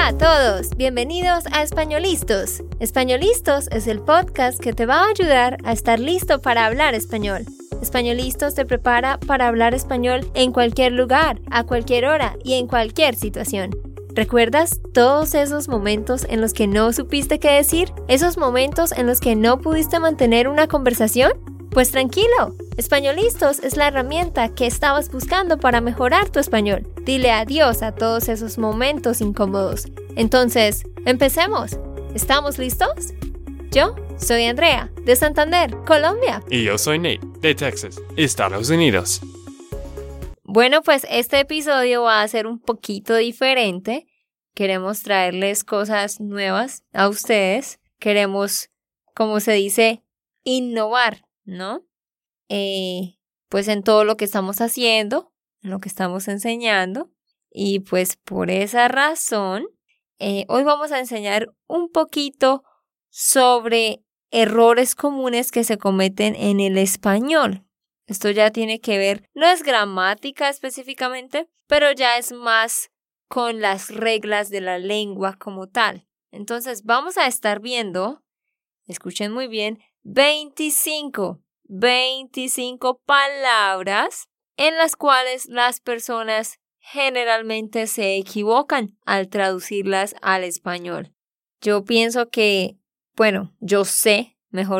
a todos, bienvenidos a Españolistos. Españolistos es el podcast que te va a ayudar a estar listo para hablar español. Españolistos te prepara para hablar español en cualquier lugar, a cualquier hora y en cualquier situación. ¿Recuerdas todos esos momentos en los que no supiste qué decir? ¿Esos momentos en los que no pudiste mantener una conversación? Pues tranquilo, Españolistos es la herramienta que estabas buscando para mejorar tu español. Dile adiós a todos esos momentos incómodos. Entonces, empecemos. ¿Estamos listos? Yo soy Andrea, de Santander, Colombia. Y yo soy Nate, de Texas, Estados Unidos. Bueno, pues este episodio va a ser un poquito diferente. Queremos traerles cosas nuevas a ustedes. Queremos, como se dice, innovar, ¿no? Pues en todo lo que estamos haciendo, en lo que estamos enseñando. Y pues por esa razón, hoy vamos a enseñar un poquito sobre errores comunes que se cometen en el español. Esto ya tiene que ver, no es gramática específicamente, pero ya es más con las reglas de la lengua como tal. Entonces vamos a estar viendo, escuchen muy bien, 25 palabras en las cuales las personas generalmente se equivocan al traducirlas al español. Yo pienso que, yo sé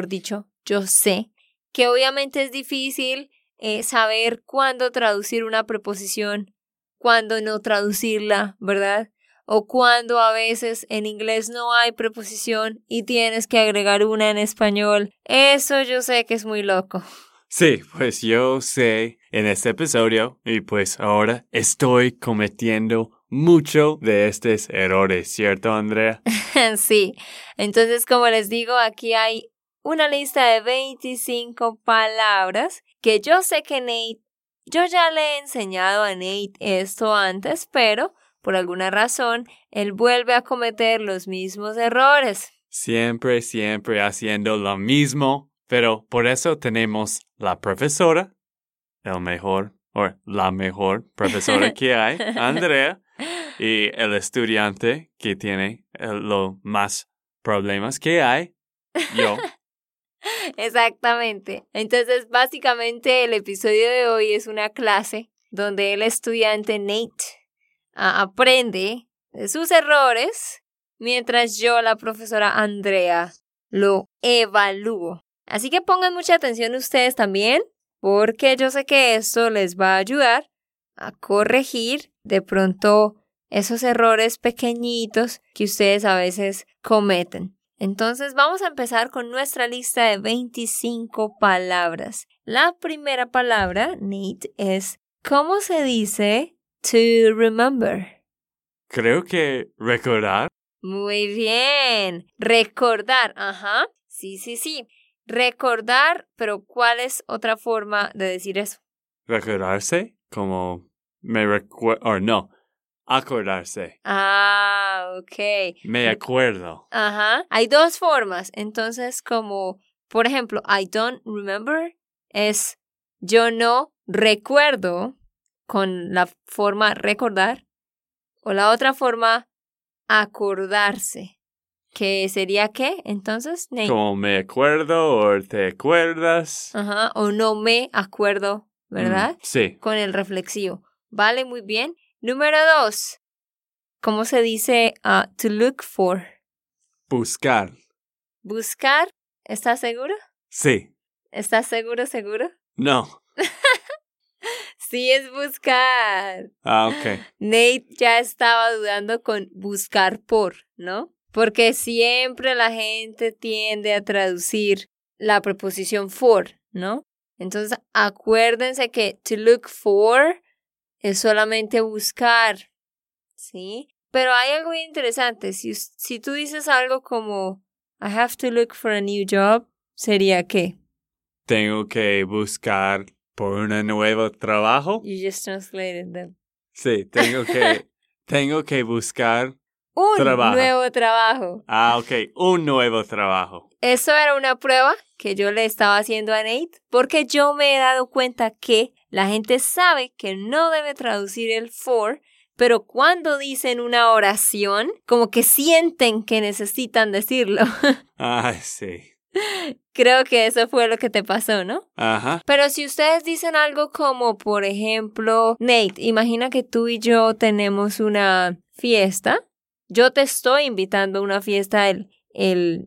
que obviamente es difícil saber cuándo traducir una preposición, cuándo no traducirla, ¿verdad? O cuándo a veces en inglés no hay preposición y tienes que agregar una en español. Eso yo sé que es muy loco. Sí, pues yo sé en este episodio y pues ahora estoy cometiendo mucho de estos errores, ¿cierto, Andrea? Sí, entonces como les digo, aquí hay una lista de 25 palabras que yo sé que yo ya le he enseñado a Nate esto antes, pero por alguna razón él vuelve a cometer los mismos errores. Siempre haciendo lo mismo, pero por eso tenemos la profesora, la mejor profesora que hay, Andrea, y el estudiante que tiene los más problemas que hay, yo. Exactamente. Entonces, básicamente el episodio de hoy es una clase donde el estudiante Nate aprende de sus errores mientras yo, la profesora Andrea, lo evalúo. Así que pongan mucha atención ustedes también, porque yo sé que esto les va a ayudar a corregir de pronto esos errores pequeñitos que ustedes a veces cometen. Entonces vamos a empezar con nuestra lista de 25 palabras. La primera palabra, Nate, es ¿cómo se dice to remember? Creo que recordar. Muy bien. Recordar, ajá. Sí. Recordar, pero ¿cuál es otra forma de decir eso? Recordarse, como acordarse. Ah, ok. Me acuerdo. Ajá. Hay dos formas. Entonces, como, por ejemplo, I don't remember es yo no recuerdo con la forma recordar. O la otra forma, acordarse. ¿Que sería qué? Entonces, Nate. Como me acuerdo o te acuerdas. Ajá. O no me acuerdo, ¿verdad? Sí. Con el reflexivo. Vale, muy bien. Número 2. ¿Cómo se dice to look for? Buscar. ¿Buscar? ¿Estás seguro? Sí. ¿Estás seguro? No. Sí, es buscar. Ah, ok. Nate ya estaba dudando con buscar por, ¿no? Porque siempre la gente tiende a traducir la preposición for, ¿no? Entonces, acuérdense que to look for es solamente buscar, ¿sí? Pero hay algo interesante. Si tú dices algo como I have to look for a new job, ¿sería qué? Tengo que buscar por un nuevo trabajo. You just translated them. Sí, tengo que buscar un trabajo. Nuevo trabajo. Ah, ok, un nuevo trabajo. Eso era una prueba que yo le estaba haciendo a Nate porque yo me he dado cuenta que la gente sabe que no debe traducir el for, pero cuando dicen una oración, como que sienten que necesitan decirlo. Ah, sí. Creo que eso fue lo que te pasó, ¿no? Ajá. Pero si ustedes dicen algo como, por ejemplo, Nate, imagina que tú y yo tenemos una fiesta. Yo te estoy invitando a una fiesta el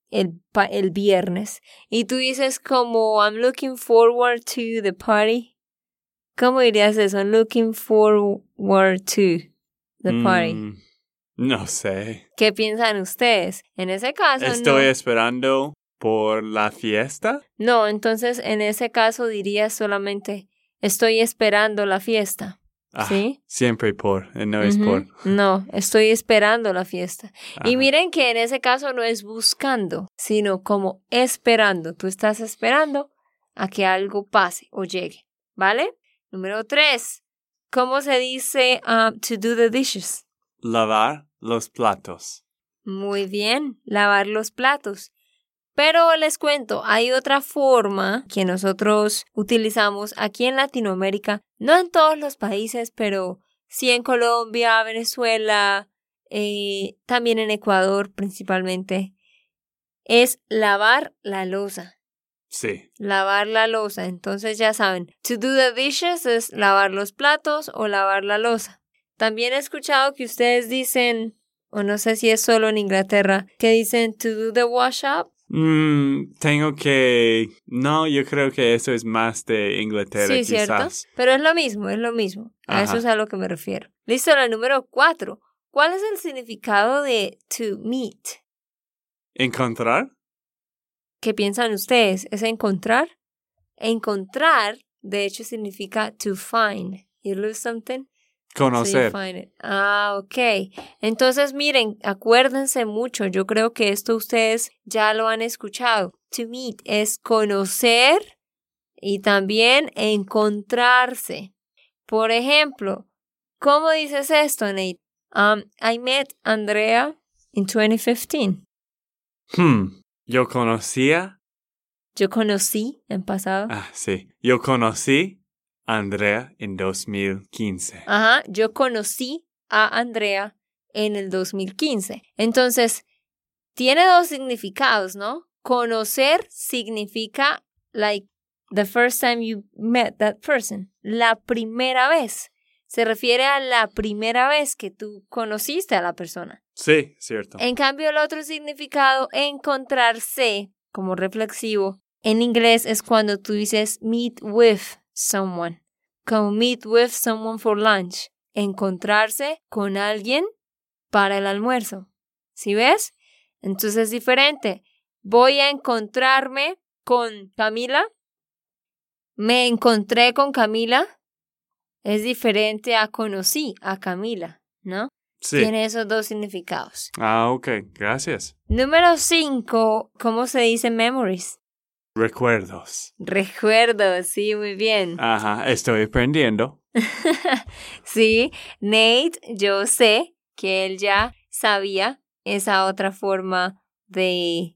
viernes. Y tú dices como, I'm looking forward to the party. ¿Cómo dirías eso? I'm looking forward to the party. No sé. ¿Qué piensan ustedes? En ese caso, Estoy no. esperando por la fiesta. No, entonces en ese caso dirías solamente, estoy esperando la fiesta. ¿Sí? Siempre por, no es por. No, estoy esperando la fiesta. Ajá. Y miren que en ese caso no es buscando, sino como esperando. Tú estás esperando a que algo pase o llegue, ¿vale? Número 3. ¿Cómo se dice to do the dishes? Lavar los platos. Muy bien, lavar los platos. Pero les cuento, hay otra forma que nosotros utilizamos aquí en Latinoamérica, no en todos los países, pero sí en Colombia, Venezuela, también en Ecuador principalmente, es lavar la loza. Sí. Lavar la loza. Entonces ya saben, to do the dishes es lavar los platos o lavar la loza. También he escuchado que ustedes dicen, o no sé si es solo en Inglaterra, que dicen to do the wash up. Tengo que... No, yo creo que eso es más de Inglaterra, Sí, quizás. ¿cierto? Pero es lo mismo, es lo mismo. A eso Ajá. es a lo que me refiero. Listo, la número 4. ¿Cuál es el significado de to meet? ¿Encontrar? ¿Qué piensan ustedes? ¿Es encontrar? Encontrar, de hecho, significa to find. You lose something? Conocer. So you find it. Ok. Entonces, miren, acuérdense mucho. Yo creo que esto ustedes ya lo han escuchado. To meet es conocer y también encontrarse. Por ejemplo, ¿cómo dices esto, Nate? I met Andrea in 2015. Yo conocía... Yo conocí en pasado. Sí. Yo conocí a Andrea en 2015. Ajá, yo conocí a Andrea en el 2015. Entonces, tiene dos significados, ¿no? Conocer significa, like, the first time you met that person. La primera vez. Se refiere a la primera vez que tú conociste a la persona. Sí, cierto. En cambio, el otro significado, encontrarse, como reflexivo, en inglés es cuando tú dices meet with someone. Como meet with someone for lunch. Encontrarse con alguien para el almuerzo. ¿Sí ves? Entonces es diferente. Voy a encontrarme con Camila. Me encontré con Camila. Es diferente a conocí a Camila, ¿no? Sí. Tiene esos dos significados. Ok. Gracias. Número 5. ¿Cómo se dice memories? Recuerdos. Recuerdos, sí, muy bien. Ajá. Estoy aprendiendo. Sí, Nate, yo sé que él ya sabía esa otra forma de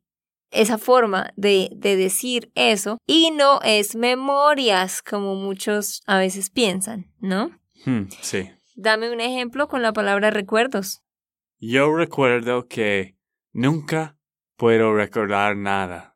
decir eso y no es memorias como muchos a veces piensan, ¿no? Sí. Dame un ejemplo con la palabra recuerdos. Yo recuerdo que nunca puedo recordar nada.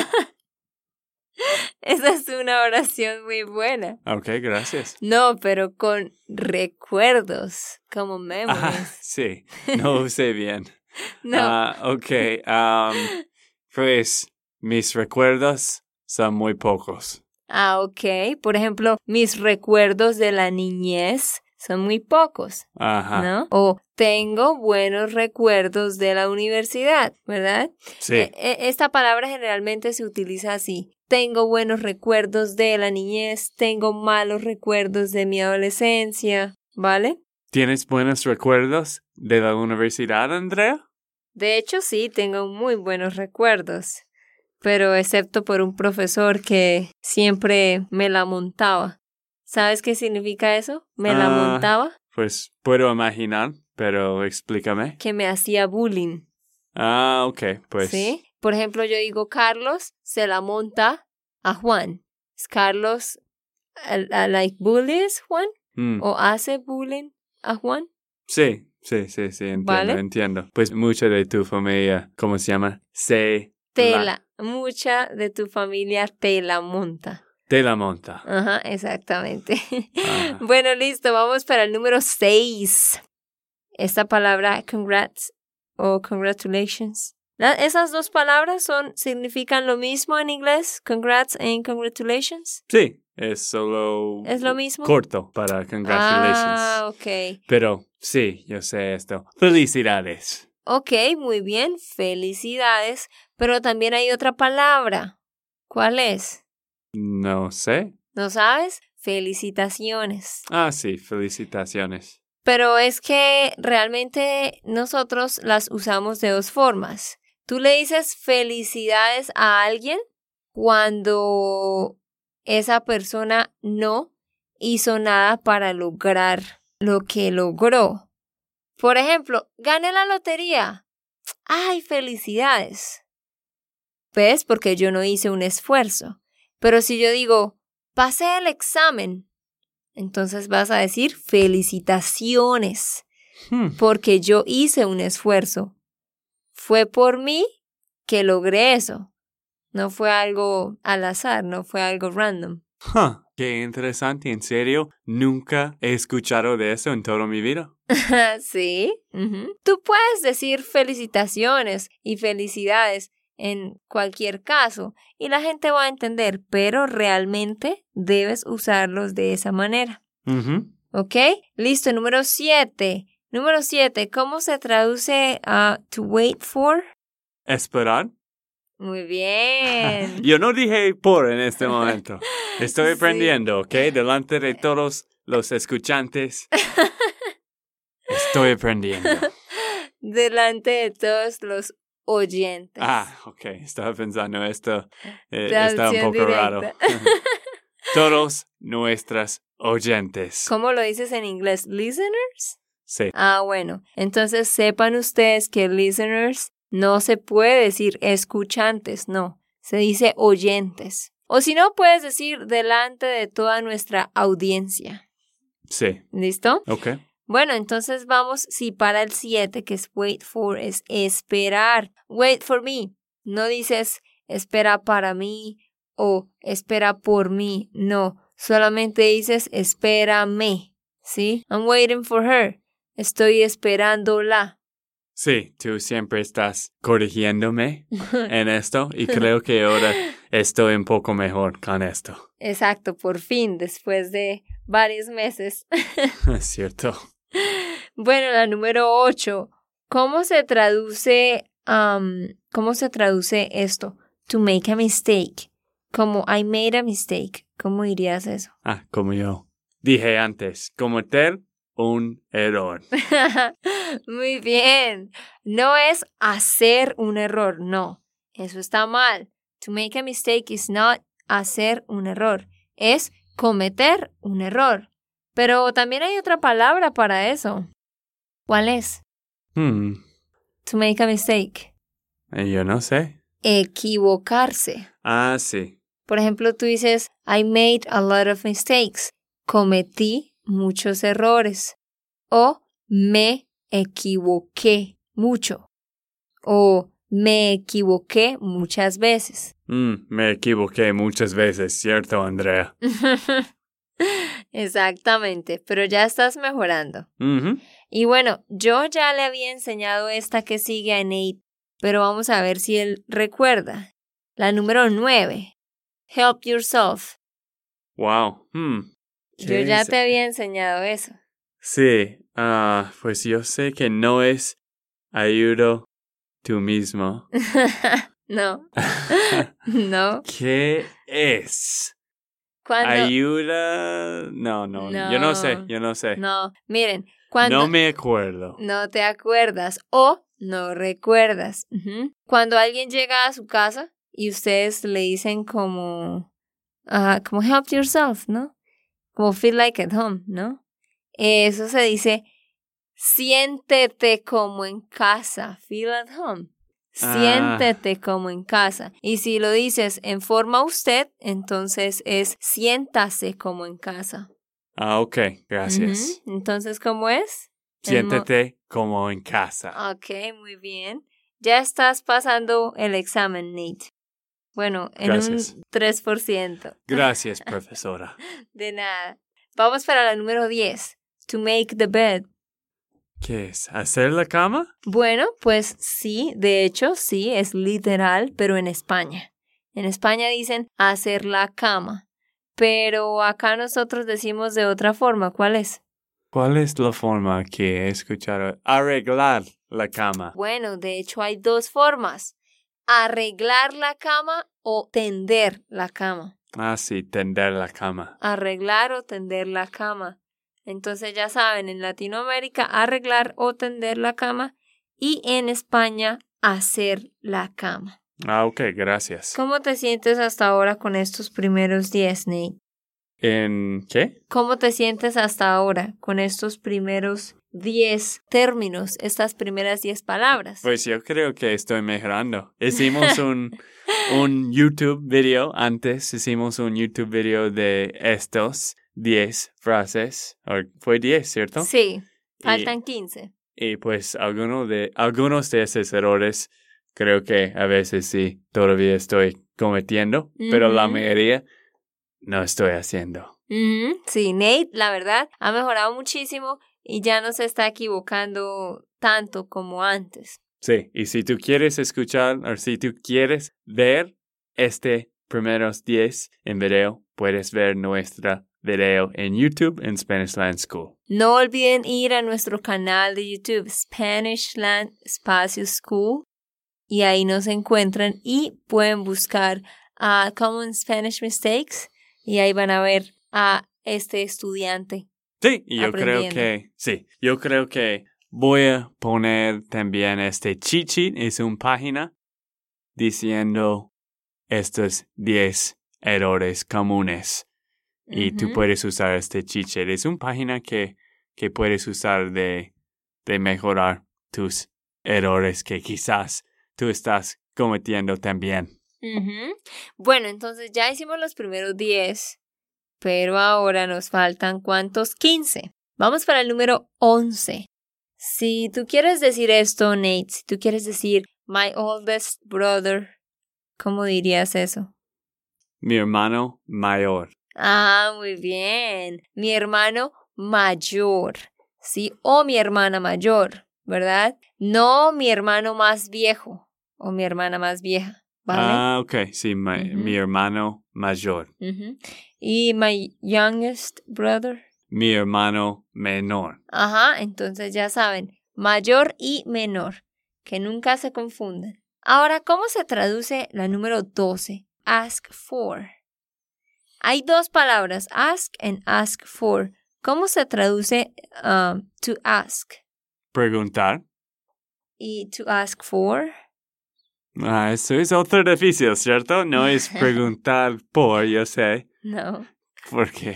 Esa es una oración muy buena. Ok, gracias. No, pero con recuerdos, como memories. Sí, no sé bien. No. Ok, pues mis recuerdos son muy pocos. Ok. Por ejemplo, mis recuerdos de la niñez son muy pocos, Ajá. ¿no? O tengo buenos recuerdos de la universidad, ¿verdad? Sí. Esta palabra generalmente se utiliza así. Tengo buenos recuerdos de la niñez, tengo malos recuerdos de mi adolescencia, ¿vale? ¿Tienes buenos recuerdos de la universidad, Andrea? De hecho, sí, tengo muy buenos recuerdos, pero excepto por un profesor que siempre me la montaba. ¿Sabes qué significa eso? ¿Me la montaba? Pues puedo imaginar, pero explícame. Que me hacía bullying. Ok, pues. ¿Sí? Por ejemplo, yo digo, Carlos se la monta a Juan. ¿Es Carlos like bullies Juan? ¿O hace bullying? a Juan? Sí, ¿Vale? entiendo. Pues mucha de tu familia, ¿cómo se llama? Mucha de tu familia te la monta. Te la monta. Ajá, exactamente. Ajá. Bueno, listo, vamos para el número 6. Esta palabra, congrats o congratulations. ¿Esas dos palabras significan lo mismo en inglés? Congrats and congratulations. Sí, es solo... ¿Es lo mismo? Corto para congratulations. Ah, ok. Pero sí, yo sé esto. Felicidades. Ok, muy bien, felicidades. Pero también hay otra palabra. ¿Cuál es? No sé. ¿No sabes? Felicitaciones. Ah, sí, felicitaciones. Pero es que realmente nosotros las usamos de dos formas. Tú le dices felicidades a alguien cuando esa persona no hizo nada para lograr lo que logró. Por ejemplo, gané la lotería. ¡Ay, felicidades! ¿Ves? Porque yo no hice un esfuerzo. Pero si yo digo, pasé el examen, entonces vas a decir felicitaciones. Porque yo hice un esfuerzo. Fue por mí que logré eso. No fue algo al azar, no fue algo random. Qué interesante, en serio. Nunca he escuchado de eso en toda mi vida. Sí. Tú puedes decir felicitaciones y felicidades en cualquier caso y la gente va a entender, pero realmente debes usarlos de esa manera. ¿Ok? Listo, número 7. Número 7, ¿cómo se traduce to wait for? ¿Esperar? Muy bien. Yo no dije por en este momento. Estoy Sí. aprendiendo, ¿ok? Delante de todos los escuchantes. Estoy aprendiendo. Delante de todos los oyentes. Ok. Estaba pensando esto. Está un Traducción poco raro. directa. Todos nuestras oyentes. ¿Cómo lo dices en inglés? ¿Listeners? Sí. Bueno. Entonces sepan ustedes que listeners no se puede decir escuchantes, no. Se dice oyentes. O si no, puedes decir delante de toda nuestra audiencia. Sí. ¿Listo? Ok. Bueno, entonces vamos, si para el 7, que es wait for, es esperar. Wait for me. No dices espera para mí o espera por mí. No, solamente dices espérame. ¿Sí? I'm waiting for her. Estoy esperándola. Sí, tú siempre estás corrigiéndome en esto y creo que ahora estoy un poco mejor con esto. Exacto, por fin, después de varios meses. Es cierto. Bueno, la número 8. ¿Cómo se traduce esto? To make a mistake. Como I made a mistake. ¿Cómo dirías eso? Como yo dije antes, cometer un error. Muy bien. No es hacer un error, no. Eso está mal. To make a mistake is not hacer un error. Es cometer un error. Pero también hay otra palabra para eso. ¿Cuál es? To make a mistake. Yo no sé. Equivocarse. Sí. Por ejemplo, tú dices, I made a lot of mistakes. Cometí muchos errores. O me equivoqué mucho. O me equivoqué muchas veces. Me equivoqué muchas veces, ¿cierto, Andrea? Exactamente, pero ya estás mejorando. Y bueno, yo ya le había enseñado esta que sigue a Nate, pero vamos a ver si él recuerda. La número 9. Help yourself. Wow. Yo ya te había enseñado eso. Sí. Pues yo sé que no es ayuda tú mismo. No. No. ¿Qué es? Ayuda... No. Yo no sé. No, miren. Cuando no me acuerdo. No te acuerdas o no recuerdas. Cuando alguien llega a su casa y ustedes le dicen como help yourself, ¿no? Como feel like at home, ¿no? Eso se dice siéntete como en casa, feel at home. Siéntete como en casa. Y si lo dices en forma usted, entonces es siéntase como en casa. Ah, ok, gracias. Entonces, ¿cómo es? Siéntete como en casa. Ok, muy bien. Ya estás pasando el examen, Nate. Bueno, en Gracias. un 3%. Gracias, profesora. De nada. Vamos para la número 10. To make the bed. ¿Qué es? ¿Hacer la cama? Bueno, pues sí, de hecho, sí, es literal, pero en España. En España dicen hacer la cama, pero acá nosotros decimos de otra forma. ¿Cuál es? ¿Cuál es la forma que he escuchado? Arreglar la cama. Bueno, de hecho hay dos formas. Arreglar la cama o tender la cama. Ah, sí, tender la cama. Arreglar o tender la cama. Entonces ya saben, en Latinoamérica arreglar o tender la cama y en España hacer la cama. Ah, ok, gracias. ¿Cómo te sientes hasta ahora con estos primeros 10, Nate? ¿En qué? ¿Cómo te sientes hasta ahora con estos primeros 10 términos, estas primeras 10 palabras? Pues yo creo que estoy mejorando. Hicimos un YouTube video antes. Hicimos un YouTube video de estos 10 frases. Fue 10, ¿cierto? Sí, faltan 15. Y pues algunos de esos errores creo que a veces sí todavía estoy cometiendo, pero la mayoría no estoy haciendo. Sí, Nate, la verdad, ha mejorado muchísimo y ya no se está equivocando tanto como antes. Sí, y si tú quieres escuchar o si tú quieres ver primeros 10 en video, puedes ver nuestra video en YouTube en Spanishland School. No olviden ir a nuestro canal de YouTube Spanishland Espacio School y ahí nos encuentran y pueden buscar Common Spanish Mistakes y ahí van a ver a este estudiante. Sí, y yo creo que voy a poner también cheat sheet, es una página diciendo estos 10 errores comunes. Y tú puedes usar cheat sheet. Es una página que puedes usar de mejorar tus errores que quizás tú estás cometiendo también. Bueno, entonces ya hicimos los primeros 10, pero ahora nos faltan ¿cuántos? 15. Vamos para el número 11. Si tú quieres decir esto, Nate, si tú quieres decir my oldest brother, ¿cómo dirías eso? Mi hermano mayor. Ah, muy bien. Mi hermano mayor, ¿sí? O mi hermana mayor, ¿verdad? No mi hermano más viejo o mi hermana más vieja, ¿vale? Ah, ok. Sí, mi hermano mayor. ¿Y my youngest brother? Mi hermano menor. Ajá, entonces ya saben, mayor y menor, que nunca se confunden. Ahora, ¿cómo se traduce la número 12? Ask for. Hay dos palabras, ask and ask for. ¿Cómo se traduce to ask? Preguntar. ¿Y to ask for? Ah, eso es otro difícil, ¿cierto? No es preguntar por, yo sé. No. ¿Por qué?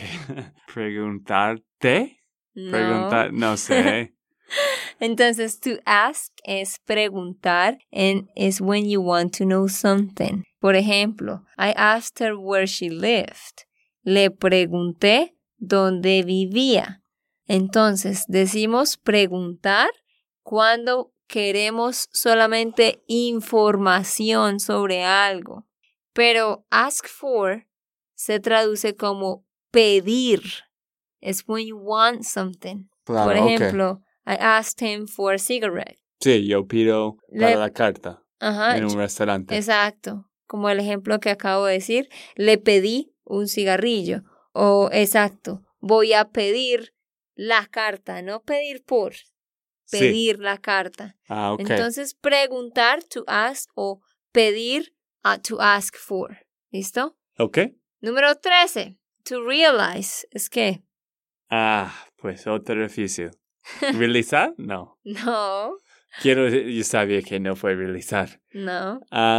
¿Preguntarte? No. Preguntar, no sé. Entonces, to ask es preguntar and is when you want to know something. Por ejemplo, I asked her where she lived. Le pregunté dónde vivía. Entonces, decimos preguntar cuando queremos solamente información sobre algo. Pero ask for se traduce como pedir. Es when you want something. Claro, Por ejemplo, I asked him for a cigarette. Sí, yo pido para la carta en un restaurante. Exacto. Como el ejemplo que acabo de decir, le pedí un cigarrillo. O exacto, voy a pedir la carta, no pedir por. Pedir la carta. Ah, ok. Entonces, preguntar, to ask, o pedir, to ask for. ¿Listo? Ok. Número 13. To realize. ¿Es qué? Ah, pues otro difícil. ¿Realizar? No. No. Yo sabía que no fue realizar. No.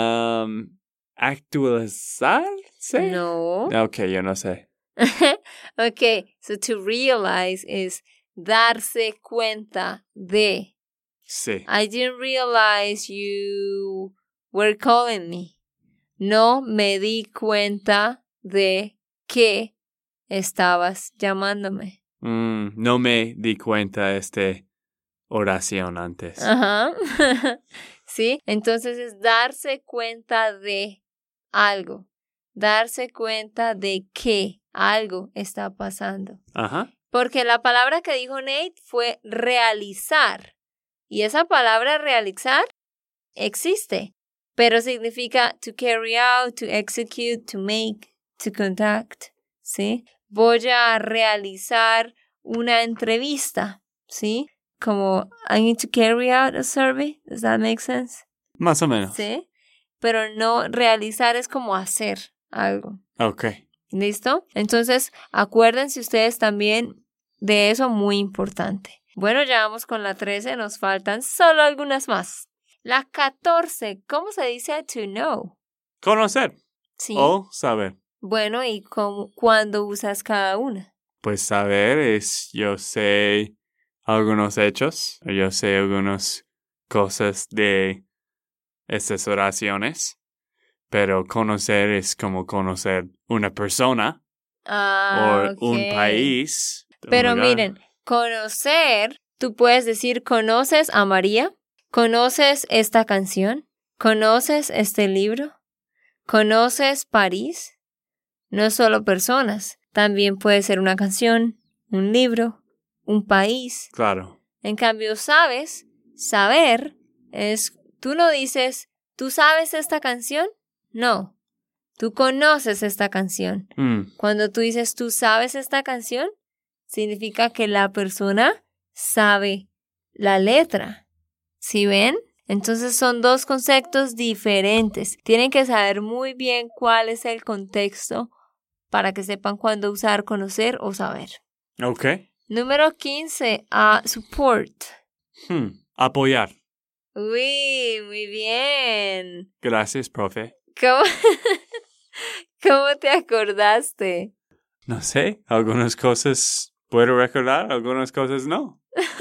¿Actualizar? ¿Sí? No. Ok, yo no sé. Okay, so to realize is darse cuenta de. Sí. I didn't realize you were calling me. No me di cuenta de que estabas llamándome. No me di cuenta de esta oración antes. Ajá. Sí, entonces es darse cuenta de algo. Darse cuenta de que algo está pasando. Ajá. Porque la palabra que dijo Nate fue realizar. Y esa palabra realizar existe, pero significa to carry out, to execute, to make, to conduct, ¿sí? Voy a realizar una entrevista, ¿sí? Como I need to carry out a survey. Does that make sense? Más o menos. Sí. Pero no, realizar es como hacer algo. Ok. ¿Listo? Entonces, acuérdense ustedes también de eso, muy importante. Bueno, ya vamos con la 13, nos faltan solo algunas más. La 14, ¿cómo se dice to know? Conocer. Sí. O saber. Bueno, ¿y cuándo usas cada una? Pues saber es yo sé algunos hechos, o yo sé algunas cosas de estas oraciones, pero conocer es como conocer una persona o Ok. un país. Pero un lugar. miren, conocer, tú puedes decir, ¿conoces a María? ¿Conoces esta canción? ¿Conoces este libro? ¿Conoces París? No solo personas, también puede ser una canción, un libro, un país. Claro. En cambio, sabes, saber es, tú no dices, ¿tú sabes esta canción? No, tú conoces esta canción. Cuando tú dices, ¿tú sabes esta canción? Significa que la persona sabe la letra. ¿Sí ven? Entonces son dos conceptos diferentes. Tienen que saber muy bien cuál es el contexto para que sepan cuándo usar conocer o saber. Ok. Número 15, support. Apoyar. Uy, muy bien. Gracias, profe. ¿Cómo te acordaste? No sé, algunas cosas puedo recordar, algunas cosas no.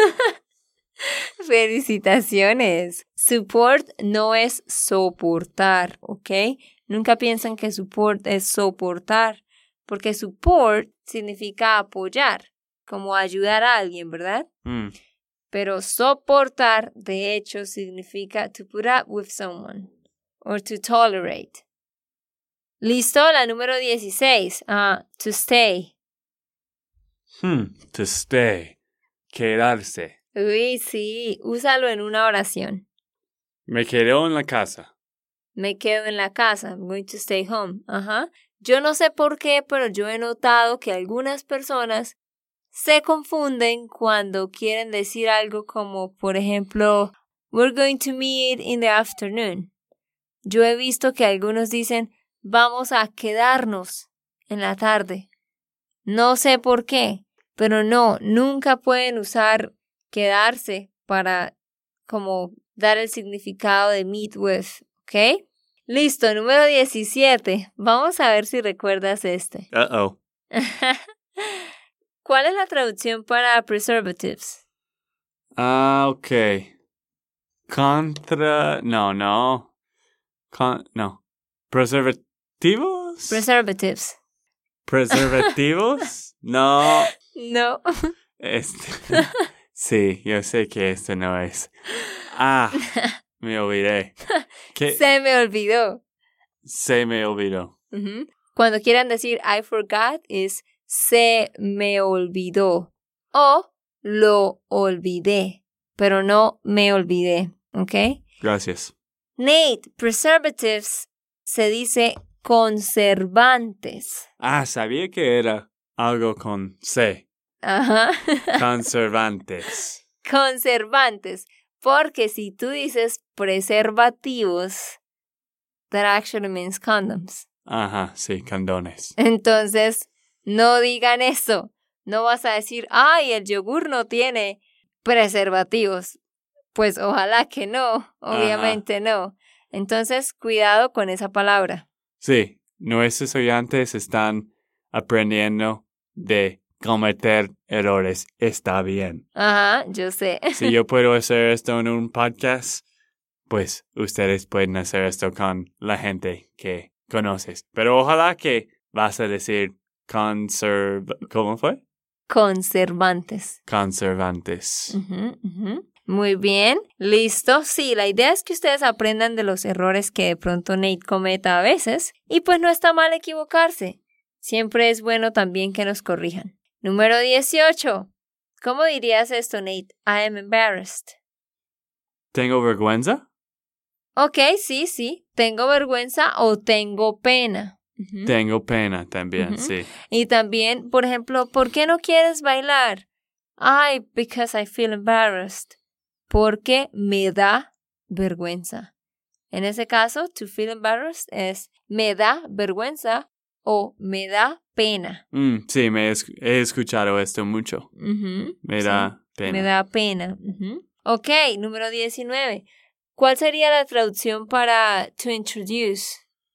Felicitaciones. Support no es soportar, ¿ok? Nunca piensan que support es soportar, porque support significa apoyar, como ayudar a alguien, ¿verdad? Pero soportar, de hecho, significa to put up with someone or to tolerate. ¿Listo? La número 16. To stay. To stay. Quedarse. Uy, sí. Úsalo en una oración. Me quedo en la casa. Me quedo en la casa. I'm going to stay home. Ajá. Yo no sé por qué, pero yo he notado que algunas personas se confunden cuando quieren decir algo como, por ejemplo, we're going to meet in the afternoon. Yo he visto que algunos dicen, vamos a quedarnos en la tarde. No sé por qué, pero no, nunca pueden usar quedarse para como dar el significado de meet with, ¿ok? Listo, número 17. Vamos a ver si recuerdas este. Uh-oh. ¿Cuál es la traducción para preservatives? Ok. No. ¿Preservativos? Preservatives. ¿Preservativos? No. No. Sí, yo sé que esto no es. Me olvidé. ¿Qué? Se me olvidó. Se me olvidó. Uh-huh. Cuando quieran decir I forgot es se me olvidó o lo olvidé, pero no me olvidé, ¿ok? Gracias. Nate, preservatives se dice conservantes. Sabía que era algo con C. Ajá. Conservantes. Conservantes, porque si tú dices preservativos, that actually means condoms. Ajá, sí, condones. Entonces, no digan eso. No vas a decir, ay, el yogur no tiene preservativos. Pues ojalá que no, obviamente no. Entonces, cuidado con esa palabra. Sí, nuestros estudiantes están aprendiendo de cometer errores. Está bien. Ajá, yo sé. Si yo puedo hacer esto en un podcast, pues ustedes pueden hacer esto con la gente que conoces. Pero ojalá que vas a decir ¿cómo fue? conservantes. Conservantes. Muy bien, listo. Sí, la idea es que ustedes aprendan de los errores que de pronto Nate cometa a veces y pues no está mal equivocarse. Siempre es bueno también que nos corrijan. Número 18. ¿Cómo dirías esto, Nate? I am embarrassed. ¿Tengo vergüenza? Ok, sí. Tengo vergüenza o tengo pena. Tengo pena también, sí. Y también, por ejemplo, ¿por qué no quieres bailar? Ay, because I feel embarrassed. Porque me da vergüenza. En ese caso, to feel embarrassed es me da vergüenza o me da pena. Sí, he escuchado esto mucho. Me da pena. Me da pena. Ok, número 19. ¿Cuál sería la traducción para to introduce?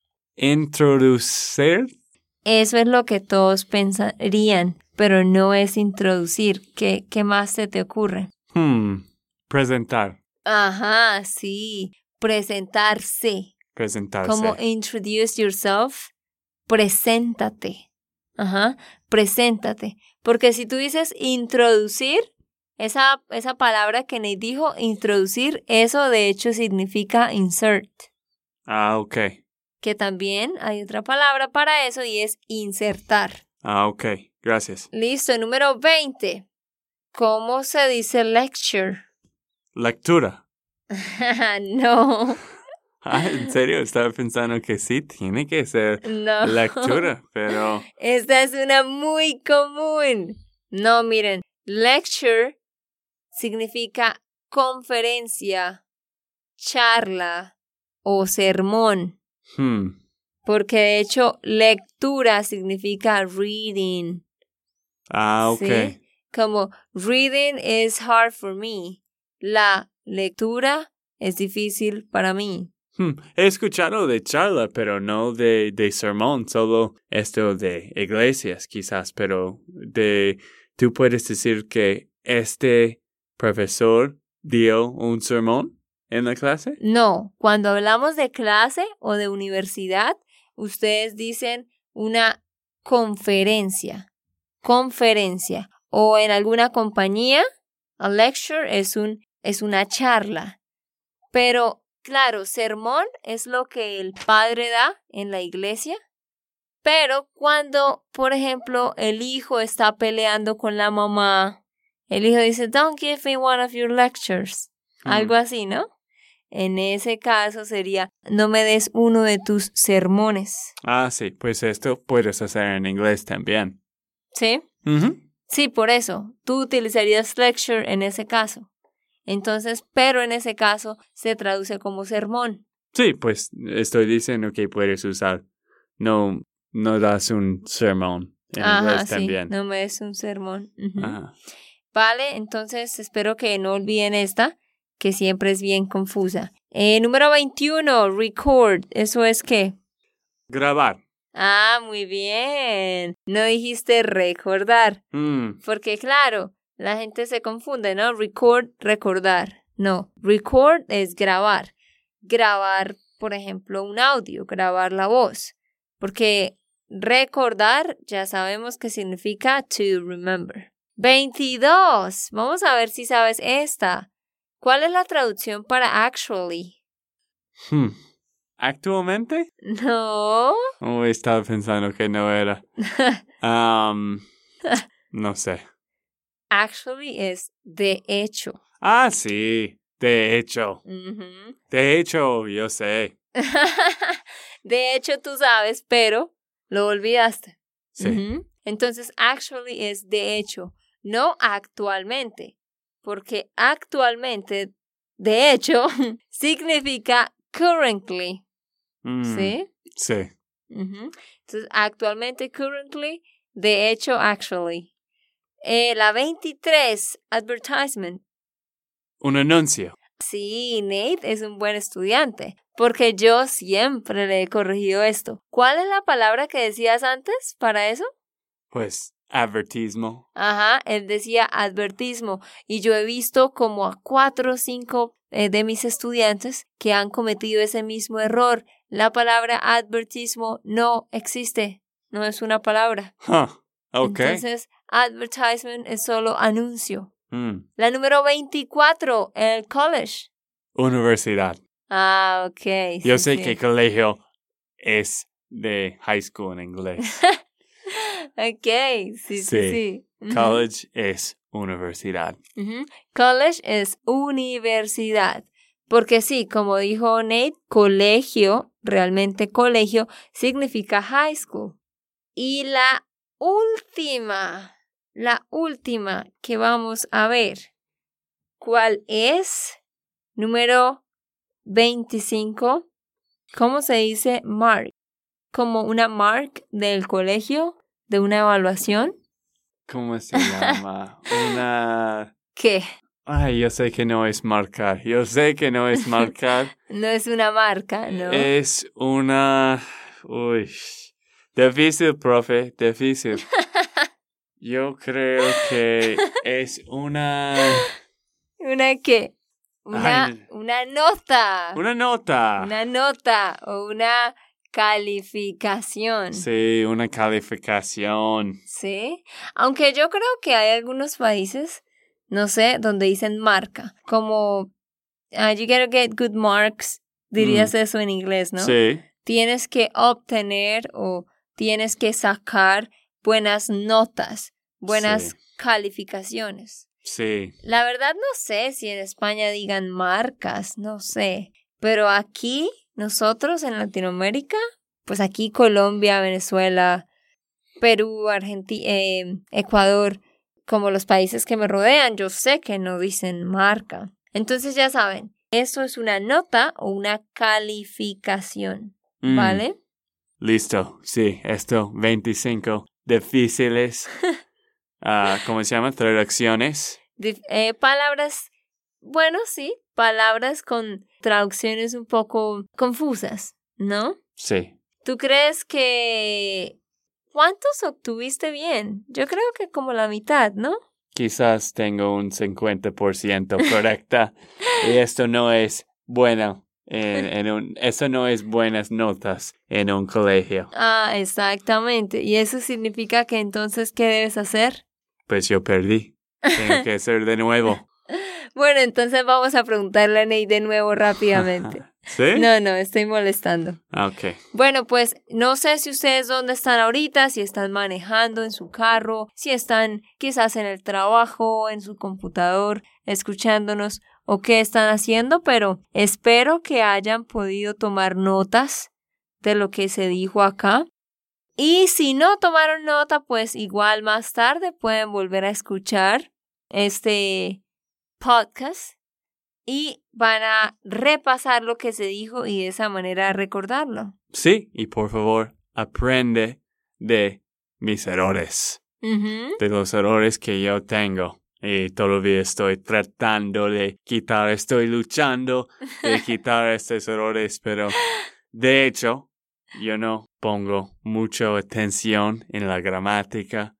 Introducir. Eso es lo que todos pensarían, pero no es introducir. ¿Qué más se te ocurre? Presentar. Ajá, sí. Presentarse. Presentarse. Como introduce yourself. Preséntate. Ajá, preséntate. Porque si tú dices introducir, esa palabra que Nate dijo, introducir, eso de hecho significa insert. Ok. Que también hay otra palabra para eso y es insertar. Ok. Gracias. Listo, número 20. ¿Cómo se dice lecture? Lectura. No. ¿En serio? Estaba pensando que sí, tiene que ser lectura, pero... Esta es una muy común. No, miren, lecture significa conferencia, charla o sermón. Porque de hecho, lectura significa reading. Ok. ¿Sí? Como reading is hard for me. La lectura es difícil para mí. He escuchado de charla, pero no de sermón, solo esto de iglesias quizás, pero ¿tú puedes decir que este profesor dio un sermón en la clase? No, cuando hablamos de clase o de universidad, ustedes dicen una conferencia. O en alguna compañía, a lecture es una charla. Pero, claro, sermón es lo que el padre da en la iglesia. Pero cuando, por ejemplo, el hijo está peleando con la mamá, el hijo dice, don't give me one of your lectures. Algo así, ¿no? En ese caso sería, no me des uno de tus sermones. Sí, pues esto puedes hacer en inglés también. ¿Sí? Sí, por eso. Tú utilizarías lecture en ese caso. Entonces, pero en ese caso se traduce como sermón. Sí, pues estoy diciendo que puedes usar. No das un sermón en inglés también. Sí, no me des un sermón. Vale, entonces espero que no olviden esta, que siempre es bien confusa. Número 21, record. ¿Eso es qué? Grabar. Muy bien. No dijiste recordar. Porque claro, la gente se confunde, ¿no? Record, recordar. No, record es grabar. Grabar, por ejemplo, un audio, grabar la voz. Porque recordar ya sabemos que significa to remember. 22. Vamos a ver si sabes esta. ¿Cuál es la traducción para actually? ¿Actualmente? No. Estaba pensando que no era. No sé. Actually es de hecho. Sí. De hecho. De hecho, yo sé. De hecho, tú sabes, pero lo olvidaste. Sí. Entonces, actually es de hecho, no actualmente. Porque actualmente, de hecho, significa currently. ¿Sí? Sí. Entonces, actualmente, currently, de hecho, actually. La 23, advertisement. Un anuncio. Sí, Nate es un buen estudiante, porque yo siempre le he corregido esto. ¿Cuál es la palabra que decías antes para eso? Pues, advertismo. Él decía advertismo, y yo he visto como a 4 o 5 de mis estudiantes que han cometido ese mismo error. La palabra advertismo no existe, no es una palabra. Ok. Entonces, advertisement es solo anuncio. Mm. La número 24, el college. Universidad. Ah, ok. Yo sí, sé sí. que colegio es de high school en inglés. Ok, sí, sí, Sí. sí. Ujú. College es universidad. Ujú. College es universidad. Porque sí, como dijo Nate, colegio, realmente colegio, significa high school. Y la última que vamos a ver, ¿cuál es? Número 25. ¿Cómo se dice mark? ¿Como una mark del colegio? ¿De una evaluación? ¿Cómo se llama? Una... ¿Qué? Ay, yo sé que no es marcar. Yo sé que no es marcar. No es una marca, ¿no? Es una... Uy. Difícil, profe. Difícil. Yo creo que es una... ¿Una qué? Ay, Una nota. una nota. Una nota o una calificación. Sí, una calificación. Sí. Aunque yo creo que hay algunos países, no sé, donde dicen marca. Como, you gotta get good marks. Dirías eso en inglés, ¿no? Sí. Tienes que obtener o tienes que sacar buenas notas, buenas Sí. calificaciones. Sí. La verdad no sé si en España digan marcas, no sé. Pero aquí, nosotros en Latinoamérica, pues aquí Colombia, Venezuela, Perú, Argentina, Ecuador, como los países que me rodean, yo sé que no dicen marca. Entonces ya saben, eso es una nota o una calificación, ¿vale? Listo. Sí, esto, 25 difíciles. ¿Cómo se llama? Traducciones. Palabras, bueno, sí, palabras con traducciones un poco confusas, ¿no? Sí. ¿Tú crees que... ¿Cuántos obtuviste bien? Yo creo que como la mitad, ¿no? Quizás tengo un 50% correcta. Y esto no es bueno. Eso no es buenas notas en un colegio. Ah, exactamente. ¿Y eso significa que entonces qué debes hacer? Pues yo perdí. Tengo que hacer de nuevo. Bueno, entonces vamos a preguntarle a Ney de nuevo rápidamente. ¿Sí? No, estoy molestando. Ok. Bueno, pues no sé si ustedes dónde están ahorita, si están manejando en su carro, si están quizás en el trabajo, en su computador, escuchándonos o qué están haciendo, pero espero que hayan podido tomar notas de lo que se dijo acá. Y si no tomaron nota, pues igual más tarde pueden volver a escuchar este podcast y van a repasar lo que se dijo y de esa manera recordarlo. Sí, y por favor, aprende de mis errores. Ujú. De los errores que yo tengo. Y todavía estoy tratando de quitar, estoy luchando de quitar estos errores, pero de hecho, yo no pongo mucha atención en la gramática,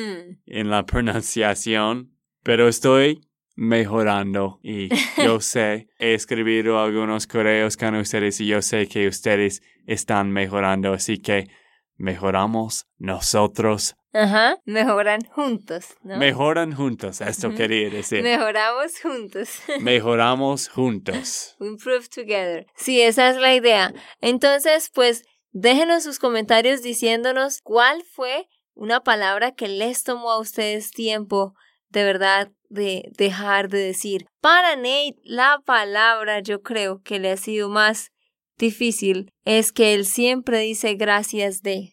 en la pronunciación, pero estoy mejorando y yo sé, he escrito algunos correos con ustedes y yo sé que ustedes están mejorando, así que mejoramos nosotros. Ajá, mejoran juntos, ¿no? Mejoran juntos, esto quería decir. Mejoramos juntos. Mejoramos juntos. We improve together. Sí, esa es la idea. Entonces, pues, déjenos sus comentarios diciéndonos cuál fue una palabra que les tomó a ustedes tiempo de verdad de dejar de decir. Para Nate, la palabra yo creo que le ha sido más difícil es que él siempre dice gracias de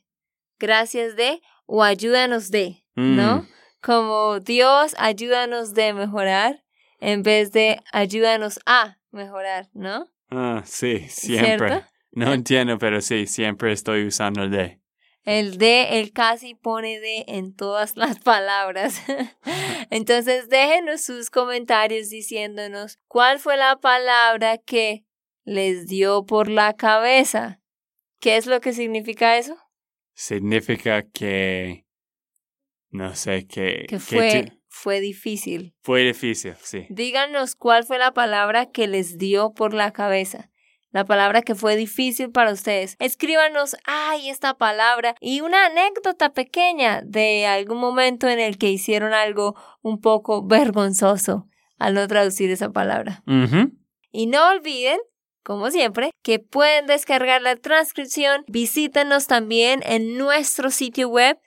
o ayúdanos de, ¿no? Como Dios ayúdanos de mejorar en vez de ayúdanos a mejorar, ¿no? Sí, siempre. ¿Cierto? No entiendo, pero sí, siempre estoy usando el de. El de, él casi pone de en todas las palabras. Entonces, déjenos sus comentarios diciéndonos cuál fue la palabra que les dio por la cabeza. ¿Qué es lo que significa eso? Significa que, no sé, Que fue difícil. Fue difícil, sí. Díganos cuál fue la palabra que les dio por la cabeza. la palabra que fue difícil para ustedes. Escríbanos, esta palabra y una anécdota pequeña de algún momento en el que hicieron algo un poco vergonzoso al no traducir esa palabra. Y no olviden, como siempre, que pueden descargar la transcripción. Visítenos también en nuestro sitio web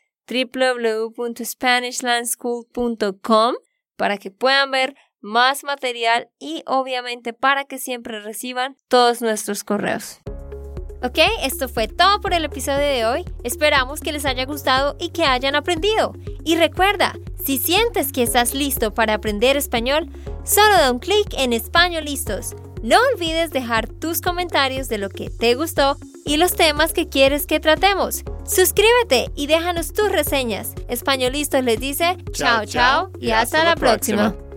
www.SpanishLandSchool.com para que puedan ver más material y obviamente para que siempre reciban todos nuestros correos. Ok, esto fue todo por el episodio de hoy. Esperamos que les haya gustado y que hayan aprendido. Y recuerda, si sientes que estás listo para aprender español, solo da un clic en Español Listos. No olvides dejar tus comentarios de lo que te gustó y los temas que quieres que tratemos. Suscríbete y déjanos tus reseñas. Español Listos les dice chao, chao y hasta la próxima.